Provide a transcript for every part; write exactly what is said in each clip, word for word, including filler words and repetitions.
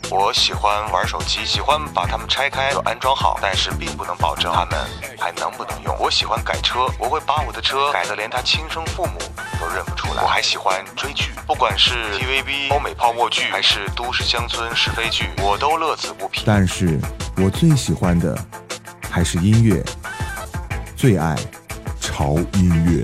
我喜欢玩手机，喜欢把它们拆开安装好，但是并不能保证它们还能不能用。我喜欢改车，我会把我的车改得连他亲生父母都认不出来。我还喜欢追剧，不管是 T V B 欧美泡沫剧还是都市乡村是非剧，我都乐此不疲。 但是我最喜欢的还是音乐，最爱潮音乐。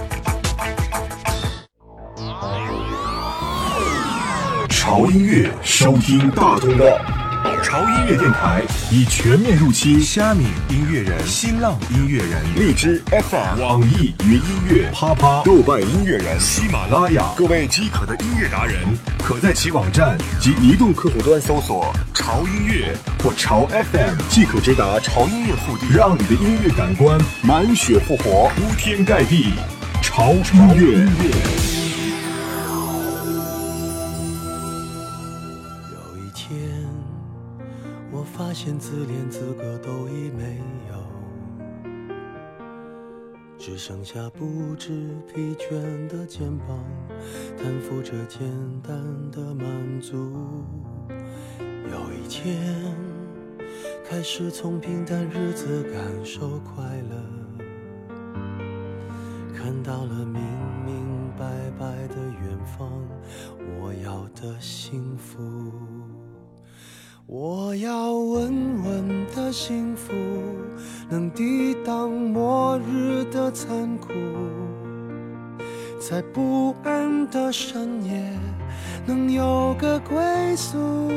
潮音乐收听大通道，潮音乐电台已全面入侵虾米音乐人、新浪音乐人、荔枝 F M、网易云音乐、啪啪、豆瓣音乐人、喜马拉雅。各位饥渴的音乐达人，可在其网站及移动客户端搜索“潮音乐”或“潮 F M”， 即可直达潮音乐腹地，让你的音乐感官满血复活，铺天盖地，潮音乐。 发现自怜资格都已没有，只剩下不知疲倦的肩膀，担负着简单的满足。有一天开始从平淡日子感受快乐，看到了明明白白的远方，我要的幸福。我要稳稳的幸福，能抵挡末日的残酷，在不安的深夜能有个归宿。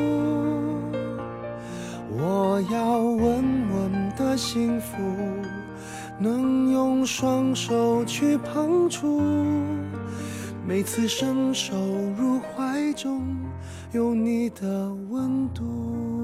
我要稳稳的幸福，能用双手去碰触，每次伸手入怀中有你的温度。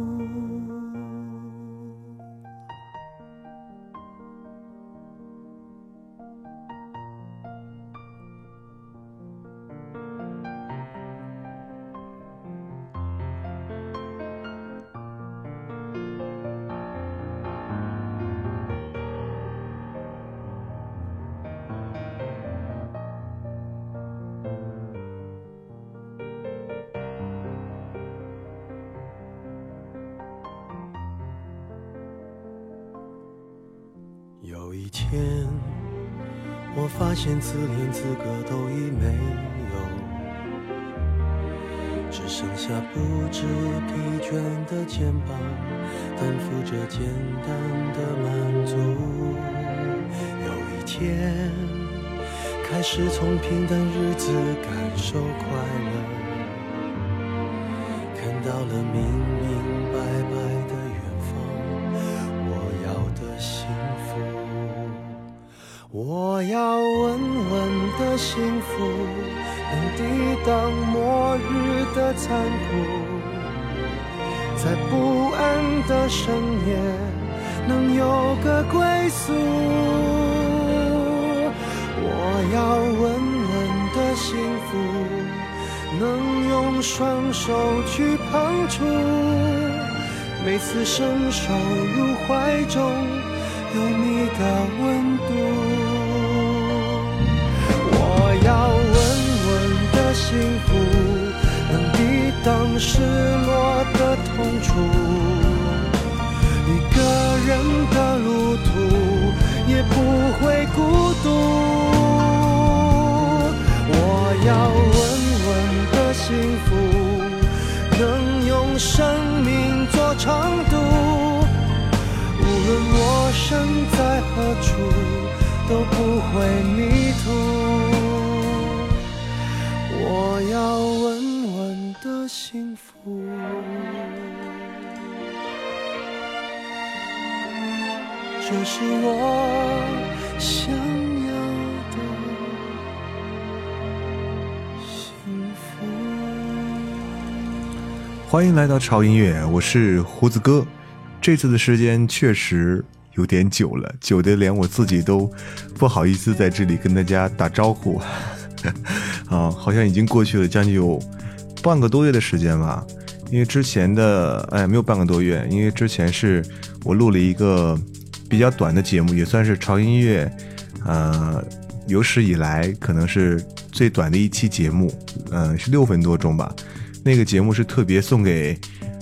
有一天我发现自怜资格都已没有，只剩下不知疲倦的肩膀，担负着简单的满足。有一天开始从平淡日子感受快乐，看到了明明白白的远方，我要的幸福。我要稳稳的幸福，能抵挡末日的残酷，在不安的深夜能有个归宿。我要稳稳的幸福，能用双手去碰触，每次伸手入怀中有你的温度。我要稳稳的幸福，能抵挡失落的痛楚，一个人的路途也不会孤独。我要稳稳的幸福，能用生命做长度，无论我身在何处都不会迷途。我要稳稳的幸福，这是我想要的幸福。 欢迎来到潮音乐，我是胡子哥。这次的时间确实有点久了，久得连我自己都不好意思在这里跟大家打招呼啊，好像已经过去了将近有半个多月的时间吧。因为之前的哎没有半个多月，因为之前是我录了一个比较短的节目，也算是潮音乐呃有史以来可能是最短的一期节目，嗯、呃、是六分多钟吧。那个节目是特别送给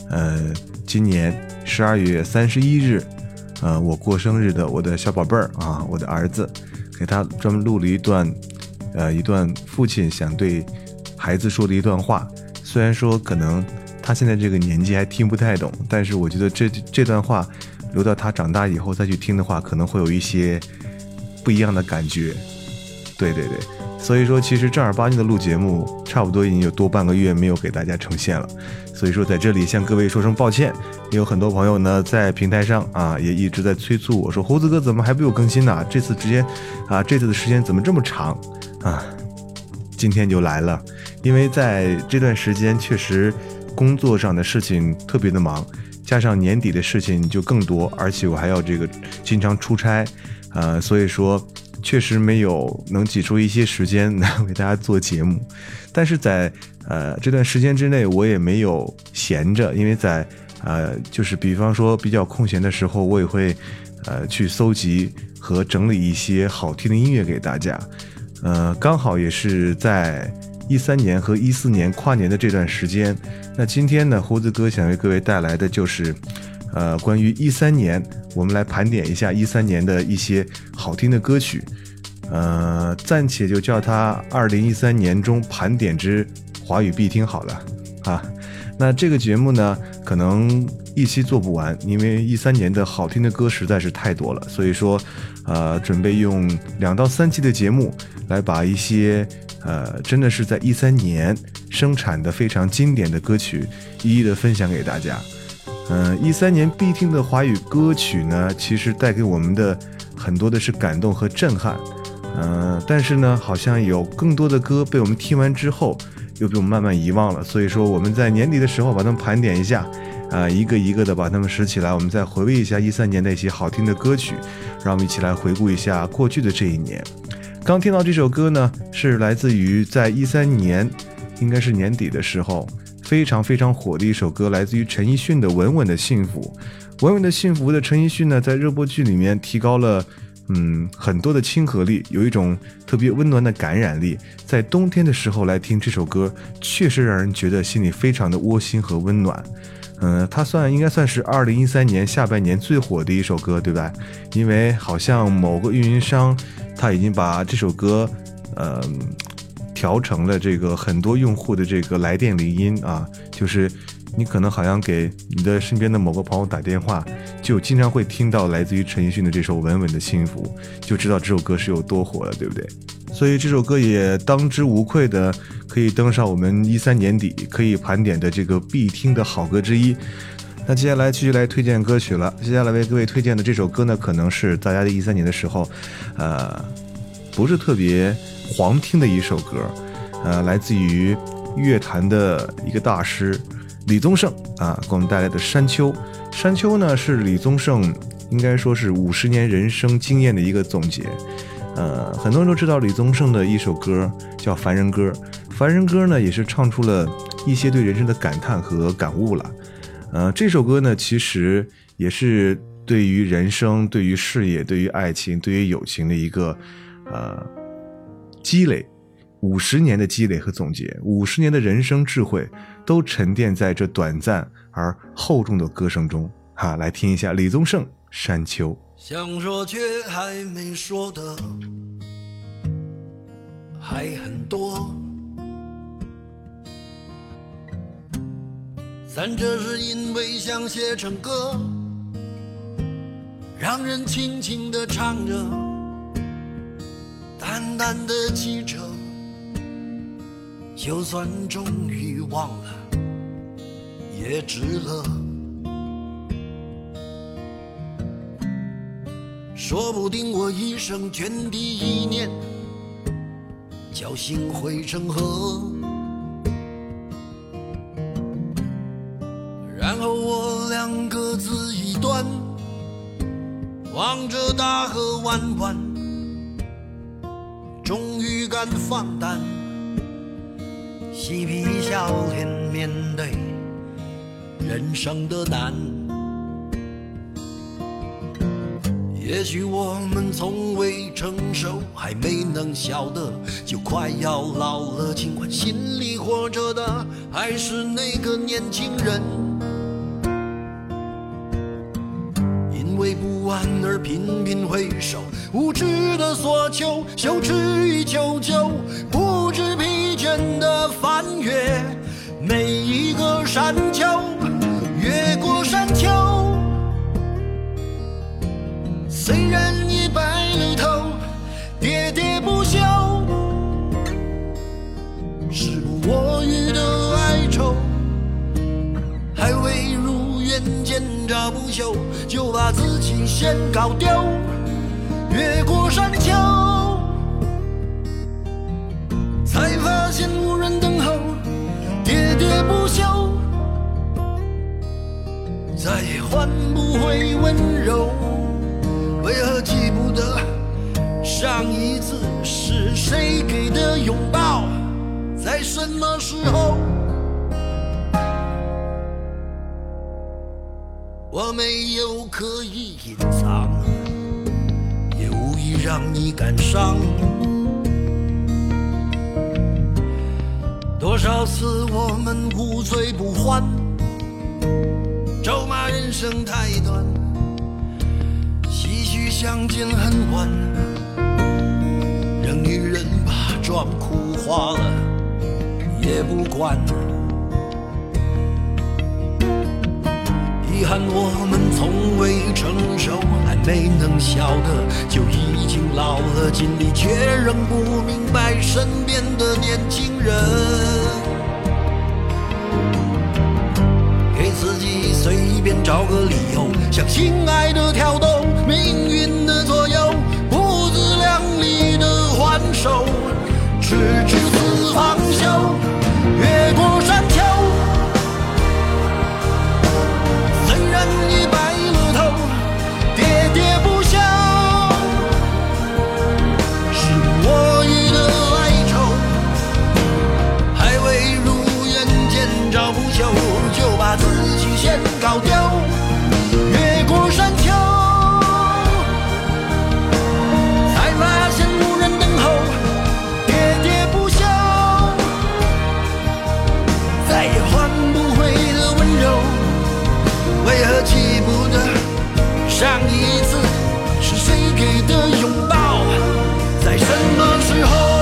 呃，今年十二月三十一日，呃，我过生日的我的小宝贝儿啊，我的儿子，给他专门录了一段，呃，一段父亲想对孩子说的一段话。虽然说可能他现在这个年纪还听不太懂，但是我觉得这这段话留到他长大以后再去听的话，可能会有一些不一样的感觉。对对对，所以说其实正儿八经的录节目差不多已经有多半个月没有给大家呈现了，所以说在这里向各位说声抱歉。也有很多朋友呢在平台上啊也一直在催促我说，猴子哥怎么还没有更新呢？这次直接啊这次的时间怎么这么长啊？今天就来了，因为在这段时间确实工作上的事情特别的忙，加上年底的事情就更多，而且我还要这个经常出差，呃，所以说确实没有能挤出一些时间来为大家做节目。但是在呃这段时间之内，我也没有闲着，因为在呃就是比方说比较空闲的时候，我也会呃去搜集和整理一些好听的音乐给大家。呃，刚好也是在一三年和一四年跨年的这段时间。那今天呢，胡子哥想为各位带来的就是呃关于一三年，我们来盘点一下一三年的一些好听的歌曲，呃暂且就叫它二零一三年中盘点之华语必听好了啊。那这个节目呢可能一期做不完，因为一三年的好听的歌实在是太多了，所以说呃准备用两到三期的节目来把一些呃真的是在一三年生产的非常经典的歌曲一一的分享给大家。嗯，一三年必听的华语歌曲呢，其实带给我们的很多的是感动和震撼。嗯、呃，但是呢，好像有更多的歌被我们听完之后，又被我们慢慢遗忘了。所以说，我们在年底的时候把它们盘点一下，啊、呃，一个一个的把它们拾起来，我们再回味一下一三年的一些好听的歌曲，让我们一起来回顾一下过去的这一年。刚听到这首歌呢，是来自于在一三年，应该是年底的时候。非常非常火的一首歌，来自于陈奕迅的《稳稳的幸福》。稳稳的幸福的陈奕迅呢，在热播剧里面提高了嗯很多的亲和力，有一种特别温暖的感染力。在冬天的时候来听这首歌，确实让人觉得心里非常的窝心和温暖。嗯，它算应该算是二零一三年下半年最火的一首歌，对吧？因为好像某个运营商他已经把这首歌，呃。调成了这个很多用户的这个来电铃音啊，就是你可能好像给你的身边的某个朋友打电话，就经常会听到来自于陈奕迅的这首《稳稳的幸福》，就知道这首歌是有多火了，对不对？所以这首歌也当之无愧的可以登上我们一三年底可以盘点的这个必听的好歌之一。那接下来继续来推荐歌曲了，接下来为各位推荐的这首歌呢，可能是大家在一三年的时候，呃，不是特别黄听的一首歌，呃，来自于乐坛的一个大师李宗盛啊，给我们带来的《山丘》。山丘呢是李宗盛应该说是五十年人生经验的一个总结。呃，很多人都知道李宗盛的一首歌叫《凡人歌》，凡人歌呢也是唱出了一些对人生的感叹和感悟了。呃，这首歌呢其实也是对于人生、对于事业、对于爱情、对于友情的一个呃。积累，五十年的积累和总结，五十年的人生智慧都沉淀在这短暂而厚重的歌声中哈，来听一下李宗盛《山丘》。 想说却还没说的还很多，咱这是因为想写成歌，让人轻轻地唱着，淡淡的记着，就算终于忘了也值了。说不定我一生涓滴一念，侥幸汇成河，然后我俩各自一端，望着大河弯弯，终于敢放胆，嬉皮笑脸面对人生的难。也许我们从未成熟，还没能晓得，就快要老了，尽管心里活着的还是那个年轻人。 完而频频回首，无知的索求，羞耻与求救，不知疲倦的翻越每一个山丘，越过山丘。虽然已白了头，喋喋不休，时不我予的哀愁，还未如愿见着不朽，就把自己先搞丢。越过山丘，才发现无人等候，喋喋不休，再也换不回温柔。为何记不得上一次是谁给的拥抱，在什么时候？我没有刻意隐藏，也无意让你感伤。多少次我们无醉不欢，咒骂人生太短，唏嘘相见恨晚，让女人把妆哭花了也不管。遗憾我们从未成熟，还没能晓得就已经老了，尽力却仍不明白身边的年轻人。给自己随便找个理由，向心爱的挑逗，命运的左右，不自量力的还手，直至死方休。越过山丘，已白了头，喋喋不休，是我予的哀愁，还未如愿见着不朽，就把自己先搞丢。越过山丘，才发现无人等候，喋喋不休，再也换不回的温柔。为何记不得上一次是谁给的拥抱，在什么时候？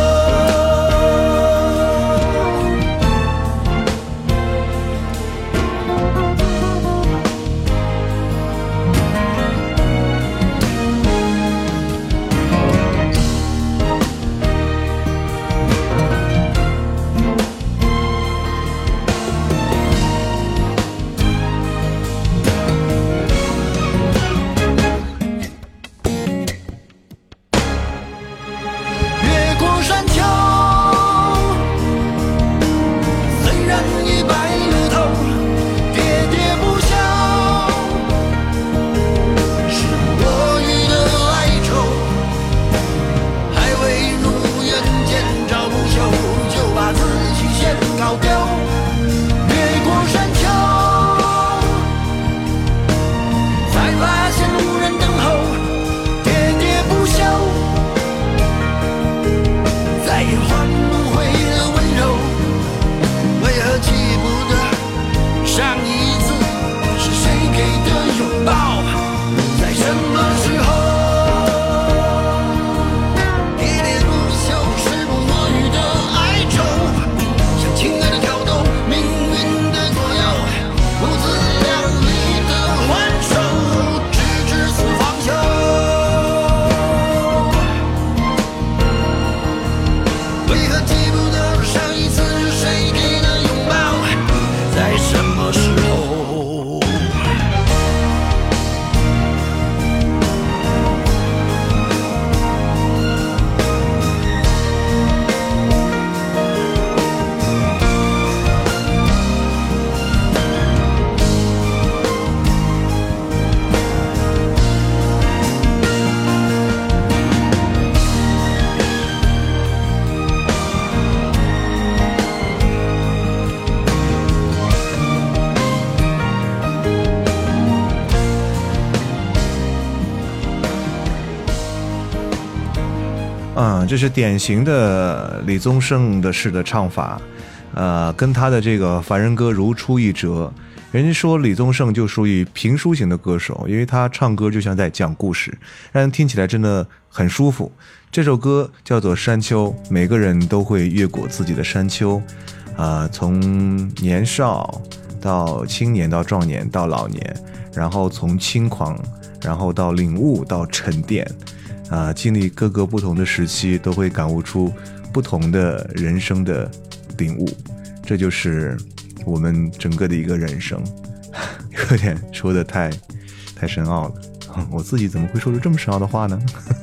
啊，这是典型的李宗盛的式的唱法呃，跟他的这个凡人歌如出一辙。人家说李宗盛就属于评书型的歌手，因为他唱歌就像在讲故事，让人听起来真的很舒服。这首歌叫做《山丘》，每个人都会越过自己的山丘，呃，从年少到青年到壮年到老年，然后从轻狂，然后到领悟到沉淀，啊、呃，经历各个不同的时期，都会感悟出不同的人生的领悟，这就是我们整个的一个人生。有点说的太太深奥了，我自己怎么会说出这么深奥的话呢？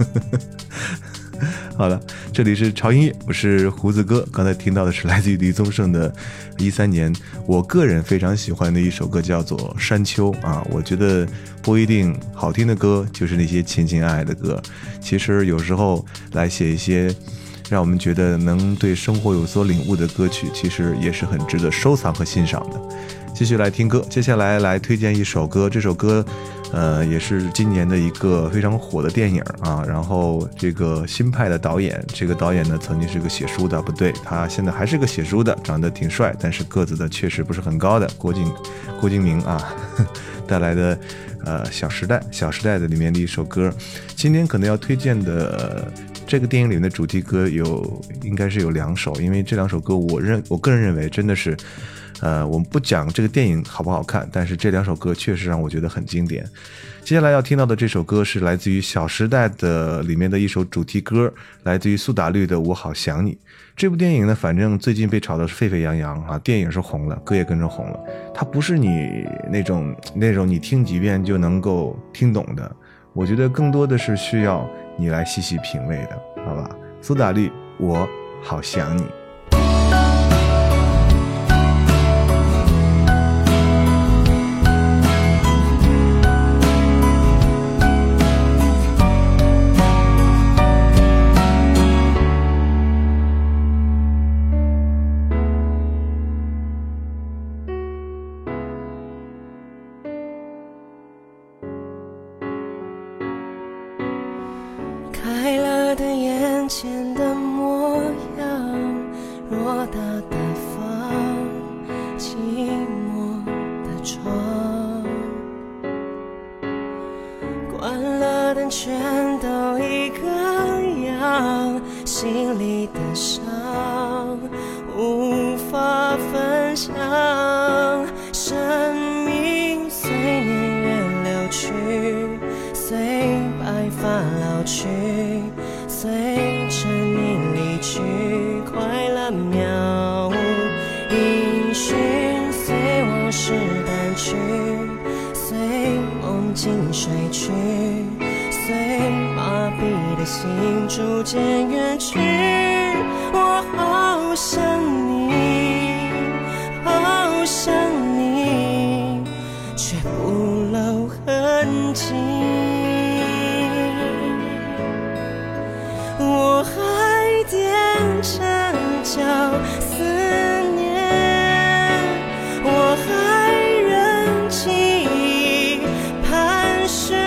好了，这里是潮音乐，我是胡子哥。刚才听到的是来自于李宗盛的一三年我个人非常喜欢的一首歌，叫做《山丘》啊。我觉得不一定好听的歌就是那些情情爱爱的歌，其实有时候来写一些让我们觉得能对生活有所领悟的歌曲，其实也是很值得收藏和欣赏的。继续来听歌，接下来来推荐一首歌，这首歌呃，也是今年的一个非常火的电影啊。然后这个新派的导演，这个导演呢曾经是个写书的，不对，他现在还是个写书的，长得挺帅，但是个子的确实不是很高的郭敬郭敬明啊带来的呃《小时代》小时代的里面的一首歌。今天可能要推荐的、呃、这个电影里面的主题歌有应该是有两首，因为这两首歌我认我个人认为真的是呃，我们不讲这个电影好不好看，但是这两首歌确实让我觉得很经典。接下来要听到的这首歌是来自于《小时代》的里面的一首主题歌，来自于苏打绿的《我好想你》。这部电影呢，反正最近被炒得是沸沸扬扬啊，电影是红了，歌也跟着红了。它不是你那种那种你听几遍就能够听懂的，我觉得更多的是需要你来细细品味的，好吧？苏打绿，我好想你。 开了的眼前的模样，偌大的房，寂寞的床，关了灯全都一个样，心里的伤无法分享，生命随年月流去，随白发老去，随着你离去，快乐渺无音讯，随往事淡去，随梦境睡去，随麻痹的心逐渐远去。我好想你，好想你，却不露痕迹。我还踮着脚思念，我还忍记忆盘旋，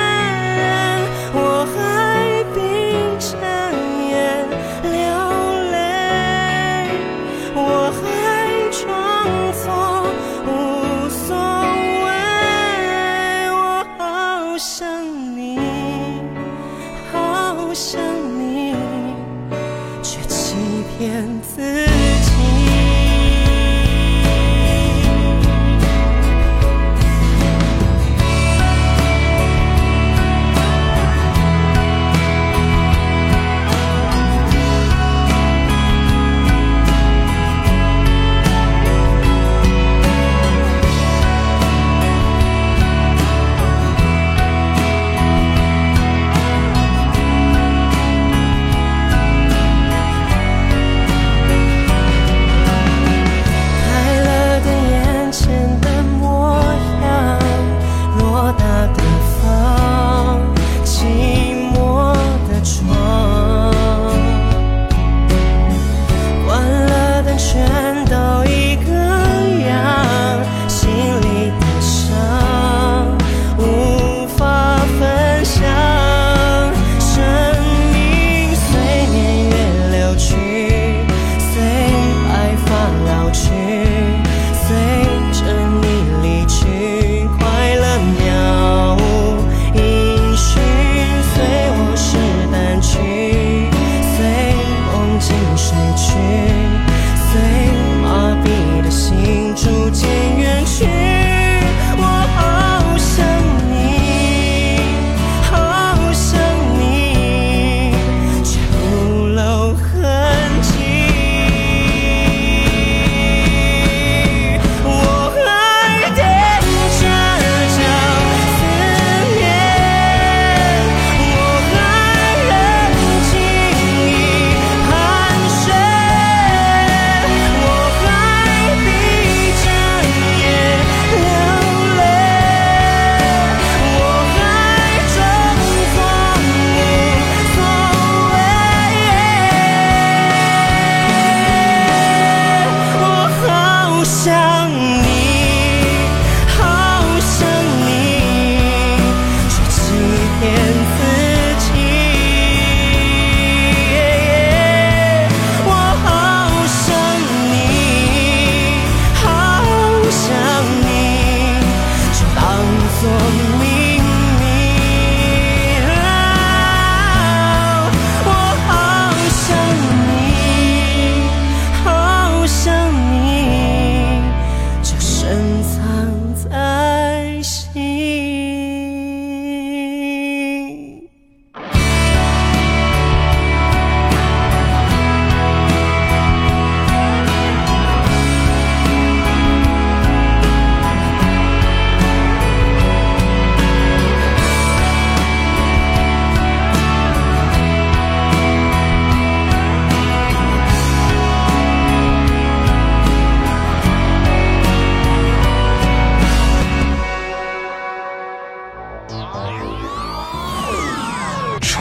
我还闭着眼流泪，我还装作无所谓。我好想你，好想你，却欺骗自己。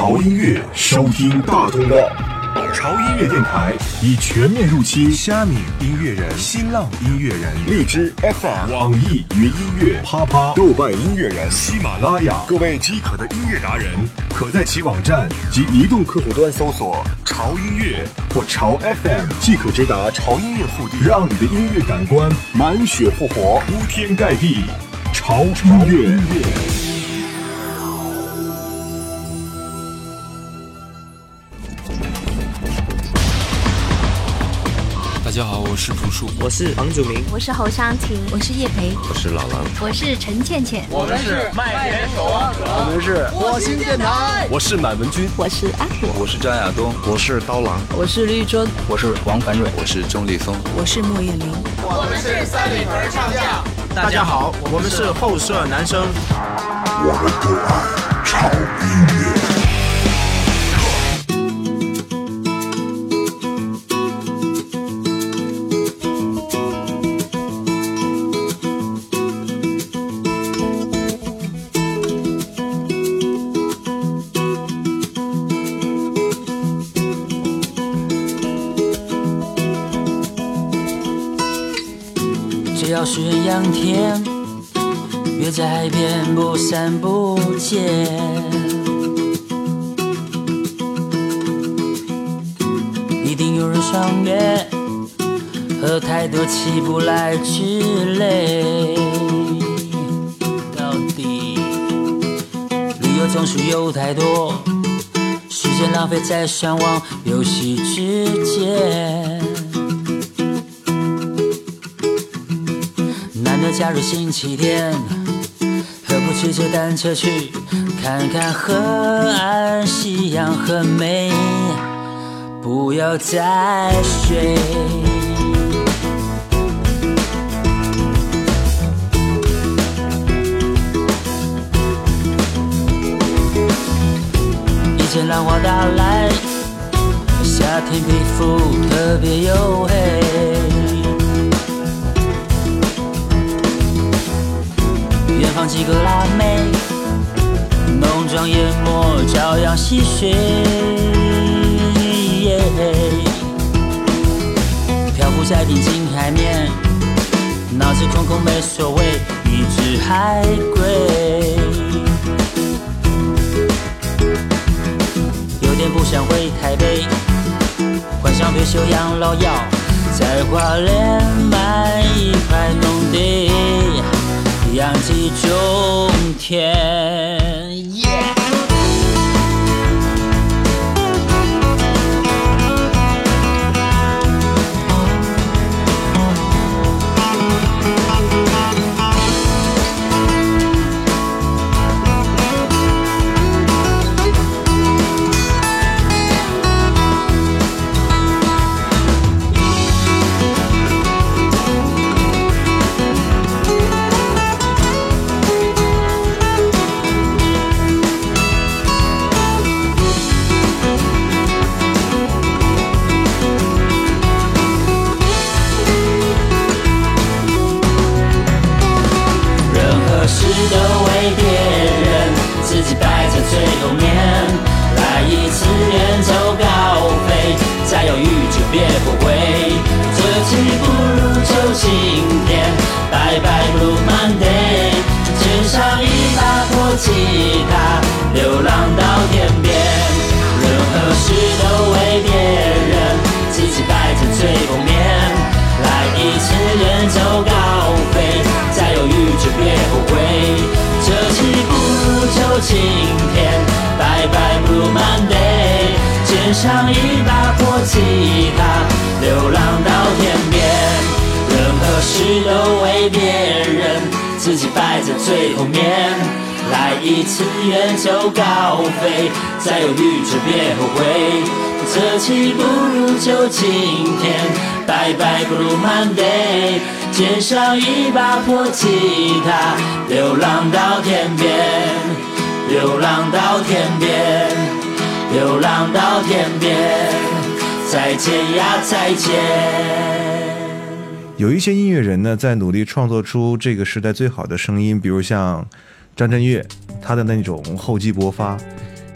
潮音乐，收听大通道。潮音乐电台已全面入侵虾米音乐人、新浪音乐人、 荔枝 F M、网易云音乐、啪啪、豆瓣音乐人、喜马拉雅。各位饥渴的音乐达人，可在其网站及移动客户端搜索“潮音乐”或“潮 F M”， 即可直达潮音乐腹地，让你的音乐感官满血复活，铺天盖地，潮音乐。 大家好，我是朴树， 我是房祖名， 我是侯湘婷， 我是叶培， 我是老狼， 我是陈倩倩， 我们是麦田守望者， 我们是火星电台， 我是满文军， 我是阿果， 我是张亚东， 我是刀郎， 我是绿洲， 我是王凡瑞， 我是钟立风， 我是莫艳玲， 我们是三里屯唱将。 大家好，我们是后舍男生， 我们都爱潮音乐。 只要是阳天，约在海边不散不见。一定有人赏月，喝太多起不来之类。到底理由总是有太多，时间浪费在上网游戏之间。假日星期天，何不骑着单车去看看河岸，夕阳很美，不要再睡。一阵浪花打来，夏天皮肤特别黝黑。远方几个辣妹，浓妆艳抹，照样戏谑。漂浮在平静海面，脑子空空没所谓，一只海龟。有点不想回台北，幻想退休养老药，在花莲买一块农地。养鸡种田 yeah! 上一把破吉他，流浪到天边。任何事都为别人，自己摆在最后面。来一次远走高飞，再犹豫就别后悔。这期不如就今天，拜拜不如 Monday。肩上一把破吉他，流浪到天边，流浪到天边。流浪到天边，再见呀再见。 有一些音乐人呢，在努力创作出这个时代最好的声音，比如像张震岳，他的那种厚积薄发，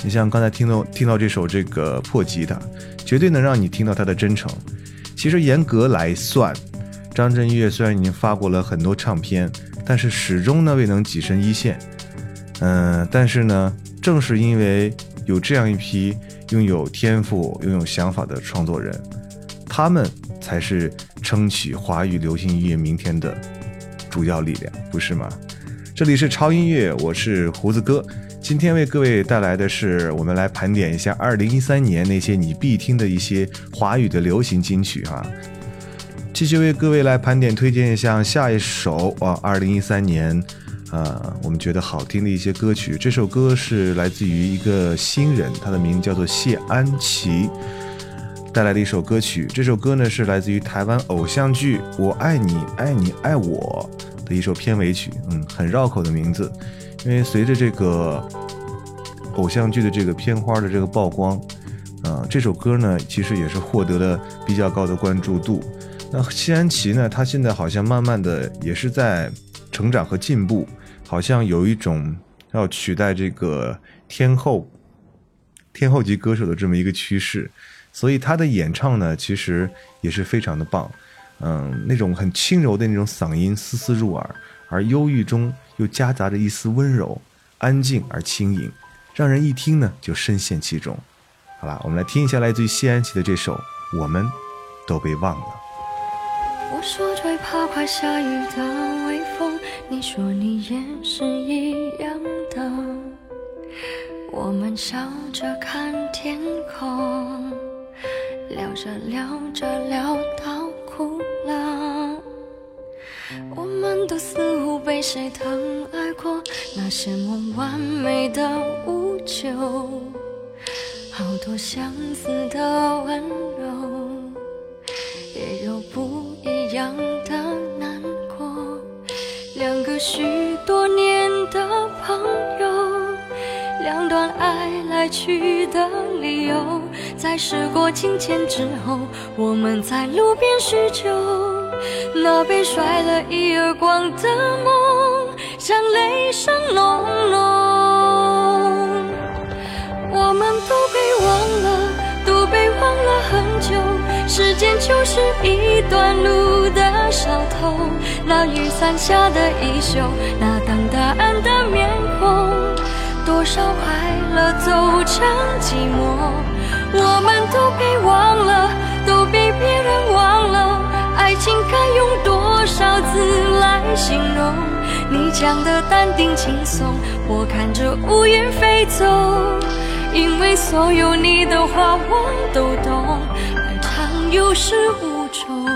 你像刚才听到听到这首这个破吉他，绝对能让你听到他的真诚。其实严格来算，张震岳虽然已经发过了很多唱片，但是始终呢未能跻身一线。嗯、呃，但是呢，正是因为有这样一批拥有天赋、拥有想法的创作人，他们才是撑起华语流行音乐明天的主要力量，不是吗？这里是超音乐，我是胡子哥。今天为各位带来的是，我们来盘点一下二零一三年那些你必听的一些华语的流行金曲哈。继续为各位来盘点推荐一下下一首啊，二零一三年啊，我们觉得好听的一些歌曲。这首歌是来自于一个新人，他的名字叫做谢安琪，带来的一首歌曲。这首歌呢是来自于台湾偶像剧《我爱你爱你爱我》的一首片尾曲，嗯，很绕口的名字。因为随着这个偶像剧的这个片花的这个曝光，呃，这首歌呢其实也是获得了比较高的关注度。那谢安琪呢，他现在好像慢慢的也是在成长和进步，好像有一种要取代这个天后天后级歌手的这么一个趋势，所以他的演唱呢其实也是非常的棒，嗯，那种很轻柔的那种嗓音丝丝入耳，而忧郁中又夹杂着一丝温柔，安静而轻盈，让人一听呢就深陷其中。好了，我们来听一下来自于谢安琪的这首《我们都被忘了》。 我说最怕快下雨的微风，你说你也是一样的。我们笑着看天空，聊着聊着聊到哭了。我们都似乎被谁疼爱过，那些梦完美的无救，好多相似的温柔，也有不一样的难过。两个许多年的朋友，两段爱来去的理由，在时过境迁之后，我们在路边叙旧。那被甩了一耳光的梦，像雷声隆隆。我们都被忘了，都被忘了很久。时间就是一段路的小偷，那雨伞下的衣袖，那等答案的面孔，多少快乐走成寂寞。我们都被忘了，都被别人忘了。爱情该用多少字来形容？你讲的淡定轻松，我看着乌云飞走。因为所有你的话我都懂，爱常有始无终。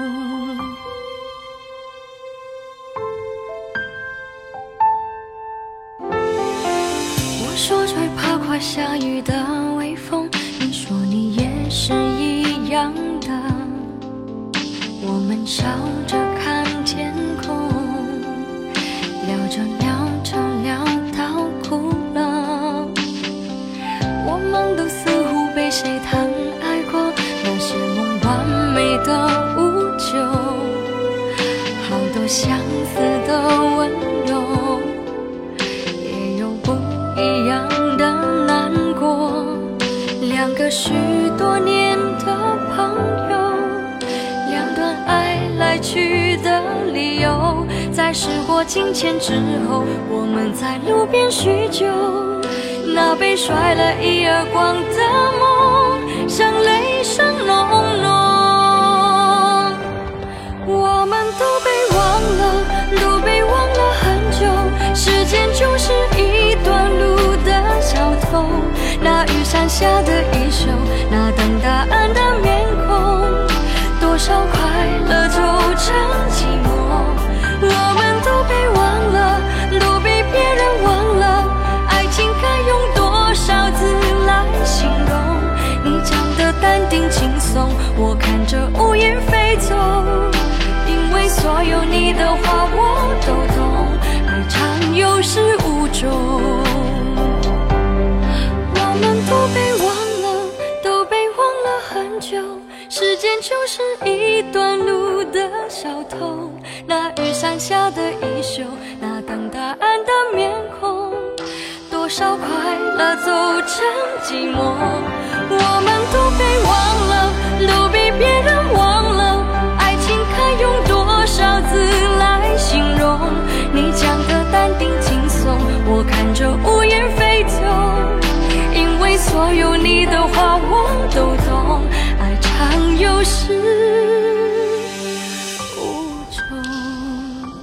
我说最怕快下雨的微风，你说你也是一样的。我们笑着看天空，聊着聊着聊到哭了。我们都似乎被谁疼爱过，那些梦完美的无救，好多相似的温柔，也有不一样的难过。两个许多年的朋友，爱来去的理由，在时过境迁之后，我们在路边叙旧。那被甩了一耳光的梦，像雷声隆隆。我们都被忘了，都被忘了很久。时间就是一段路的小偷，那雨伞下的衣袖，那等答案的面孔，多少快乐走成寂寞。我们都被忘了，都被别人忘了。爱情该用多少字来形容？你讲的淡定轻松，我看着乌云飞走。因为所有你的话我都懂，爱常有始无终。我们都被忘了，都被忘了很久。时间就是一段路的小偷，那雨伞下的衣袖，那等答案的面孔，多少快乐而走成寂寞。我们都被忘了，都被别人忘了，爱情可用多少字来形容？你讲的淡定轻松，我看着无言飞走，因为所有你的话我都懂，爱常有始无终。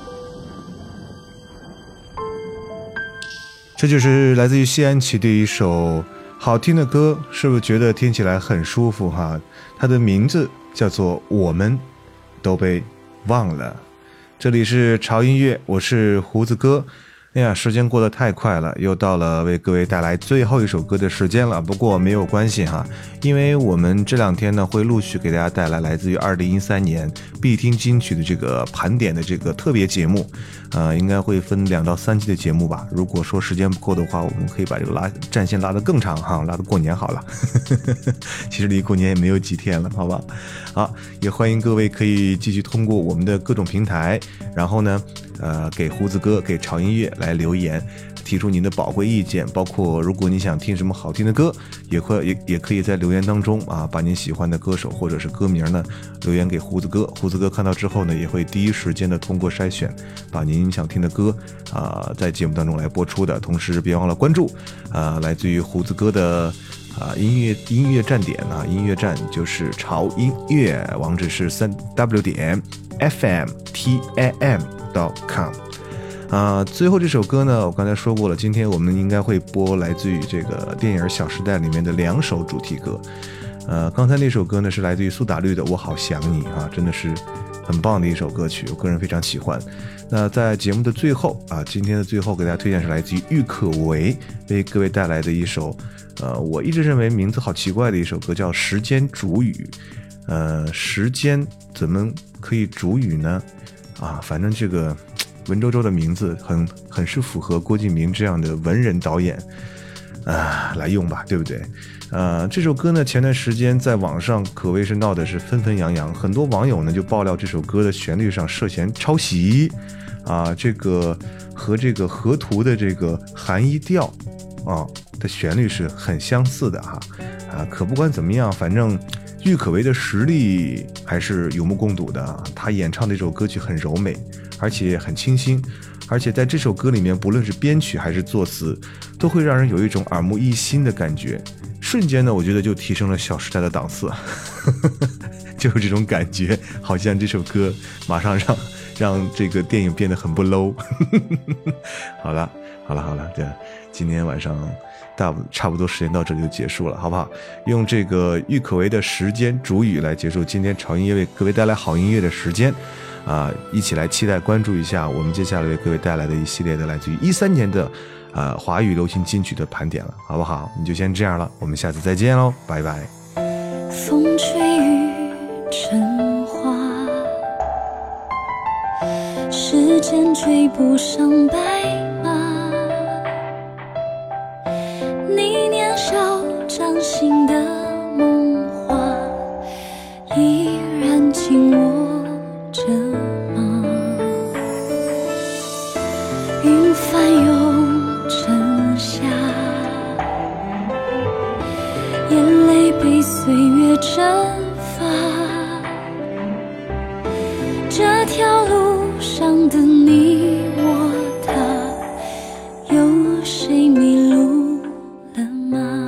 这就是来自于谢安琪的一首好听的歌，是不是觉得听起来很舒服哈？它的名字叫做《我们都被忘了》。这里是潮音乐，我是胡子哥。哎呀，时间过得太快了，又到了为各位带来最后一首歌的时间了。不过没有关系哈，因为我们这两天呢会陆续给大家带来来自于二零一三年必听金曲的这个盘点的这个特别节目，呃，应该会分两到三期的节目吧。如果说时间不够的话，我们可以把这个拉战线拉得更长哈，拉到过年好了。其实离过年也没有几天了，好吧？好，也欢迎各位可以继续通过我们的各种平台，然后呢，呃，给胡子哥、给潮音乐来留言，提出您的宝贵意见，包括如果你想听什么好听的歌，也会也也可以在留言当中啊，把您喜欢的歌手或者是歌名呢留言给胡子哥，胡子哥看到之后呢，也会第一时间的通过筛选，把您想听的歌啊在节目当中来播出的。同时别忘了关注啊，来自于胡子哥的啊音乐音乐站点啊，音乐站就是潮音乐，网址是三 w 点 f m t a m dot com。啊、呃，最后这首歌呢，我刚才说过了，今天我们应该会播来自于这个电影《小时代》里面的两首主题歌。呃，刚才那首歌呢是来自于苏打绿的《我好想你》啊，真的是很棒的一首歌曲，我个人非常喜欢。那在节目的最后啊，今天的最后给大家推荐是来自于郁可唯为各位带来的一首，呃，我一直认为名字好奇怪的一首歌，叫《时间煮雨》。呃，时间怎么可以煮雨呢？啊，反正这个文绉绉的名字很很是符合郭敬明这样的文人导演啊来用吧，对不对？呃，这首歌呢，前段时间在网上可谓是闹的是纷纷扬扬，很多网友呢就爆料这首歌的旋律上涉嫌抄袭啊，这个和这个河图的这个寒衣调啊的旋律是很相似的哈啊，可不管怎么样，反正郁可唯的实力还是有目共睹的，他演唱的这首歌曲很柔美，而且很清新，而且在这首歌里面，不论是编曲还是作词，都会让人有一种耳目一新的感觉。瞬间呢，我觉得就提升了《小时代》的档次，就是这种感觉，好像这首歌马上让让这个电影变得很不 low。好了，好了，好了，对，今天晚上大差不多时间到这里就结束了，好不好？用这个郁可唯的时间煮雨来结束今天潮音乐为各位带来好音乐的时间。啊，一起来期待关注一下我们接下来为各位带来的一系列的来自于一三年的呃华语流行金曲的盘点了，好不好？你就先这样了，我们下次再见喽，拜拜。 风吹雨成花，时间追不上白马，你年少掌心的梦话依然紧握着吗？云翻涌成夏，眼泪被岁月蒸发，这条路上的你我他，有谁迷路了吗？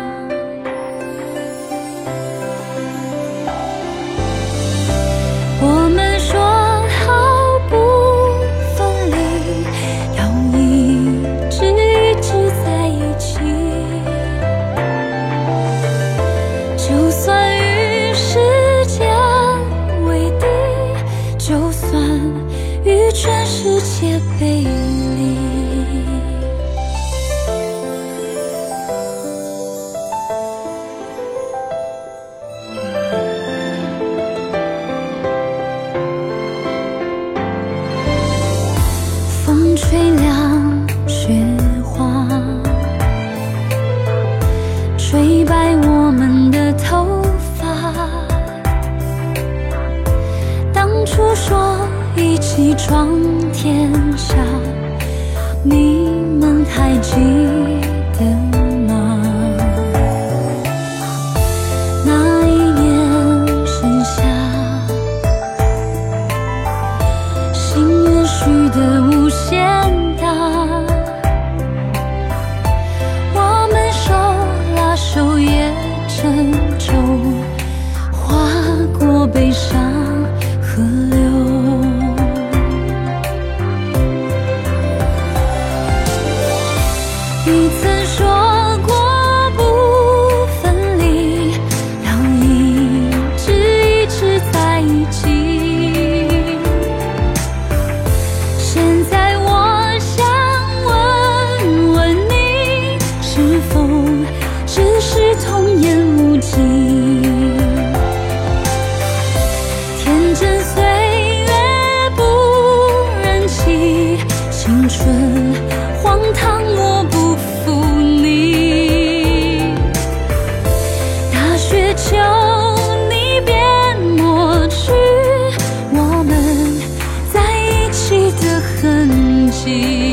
我们说好不分离，要一直一直在一起，就算与时间为敌，就算与全世界背离。风吹凉雪花，吹白我们的头发。当初说一起闯天下，你们还记得吗？ 许的无限大，我们手拉手也沉重，划过悲伤河流。你曾说过不分离，要一直一直在一起。现在我想问问你，是否只是童言无忌？天真岁月不忍欺，青春荒唐我不负你。大雪求你别抹去我们在一起的痕迹，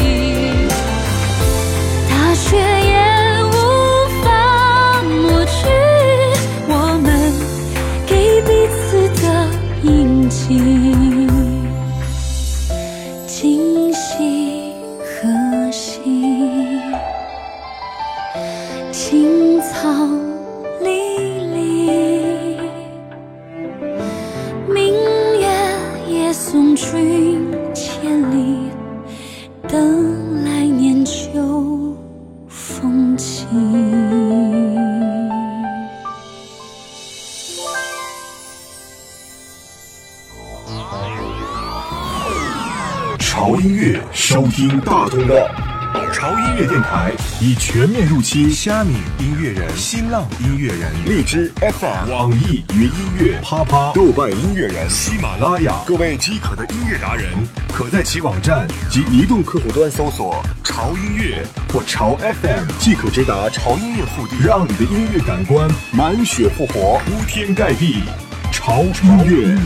大雪也无法抹去我们给彼此的印记。今夕何夕，青草离离，明月也送君千里，等来年秋风起。 潮音乐收听大通道，潮音乐电台已全面入侵虾米音乐人、新浪音乐人、 荔枝 F M、网易云音乐、啪啪、豆瓣音乐人、喜马拉雅。各位饥渴的音乐达人，可在其网站及移动客户端搜索“潮音乐”或“潮 F M”， 即可直达潮音乐腹地，让你的音乐感官满血复活，铺天盖地。潮音乐。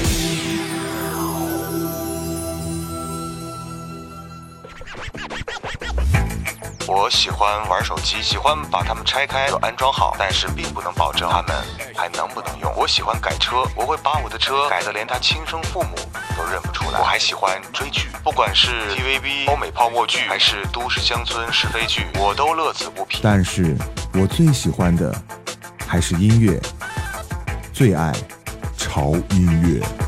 我喜欢玩手机，喜欢把它们拆开又安装好，但是并不能保证它们还能不能用。我喜欢改车，我会把我的车改得连他亲生父母都认不出来。我还喜欢追剧，不管是 T V B、欧美泡沫剧，还是都市乡村是非剧，我都乐此不疲。 但是我最喜欢的还是音乐，最爱潮音乐。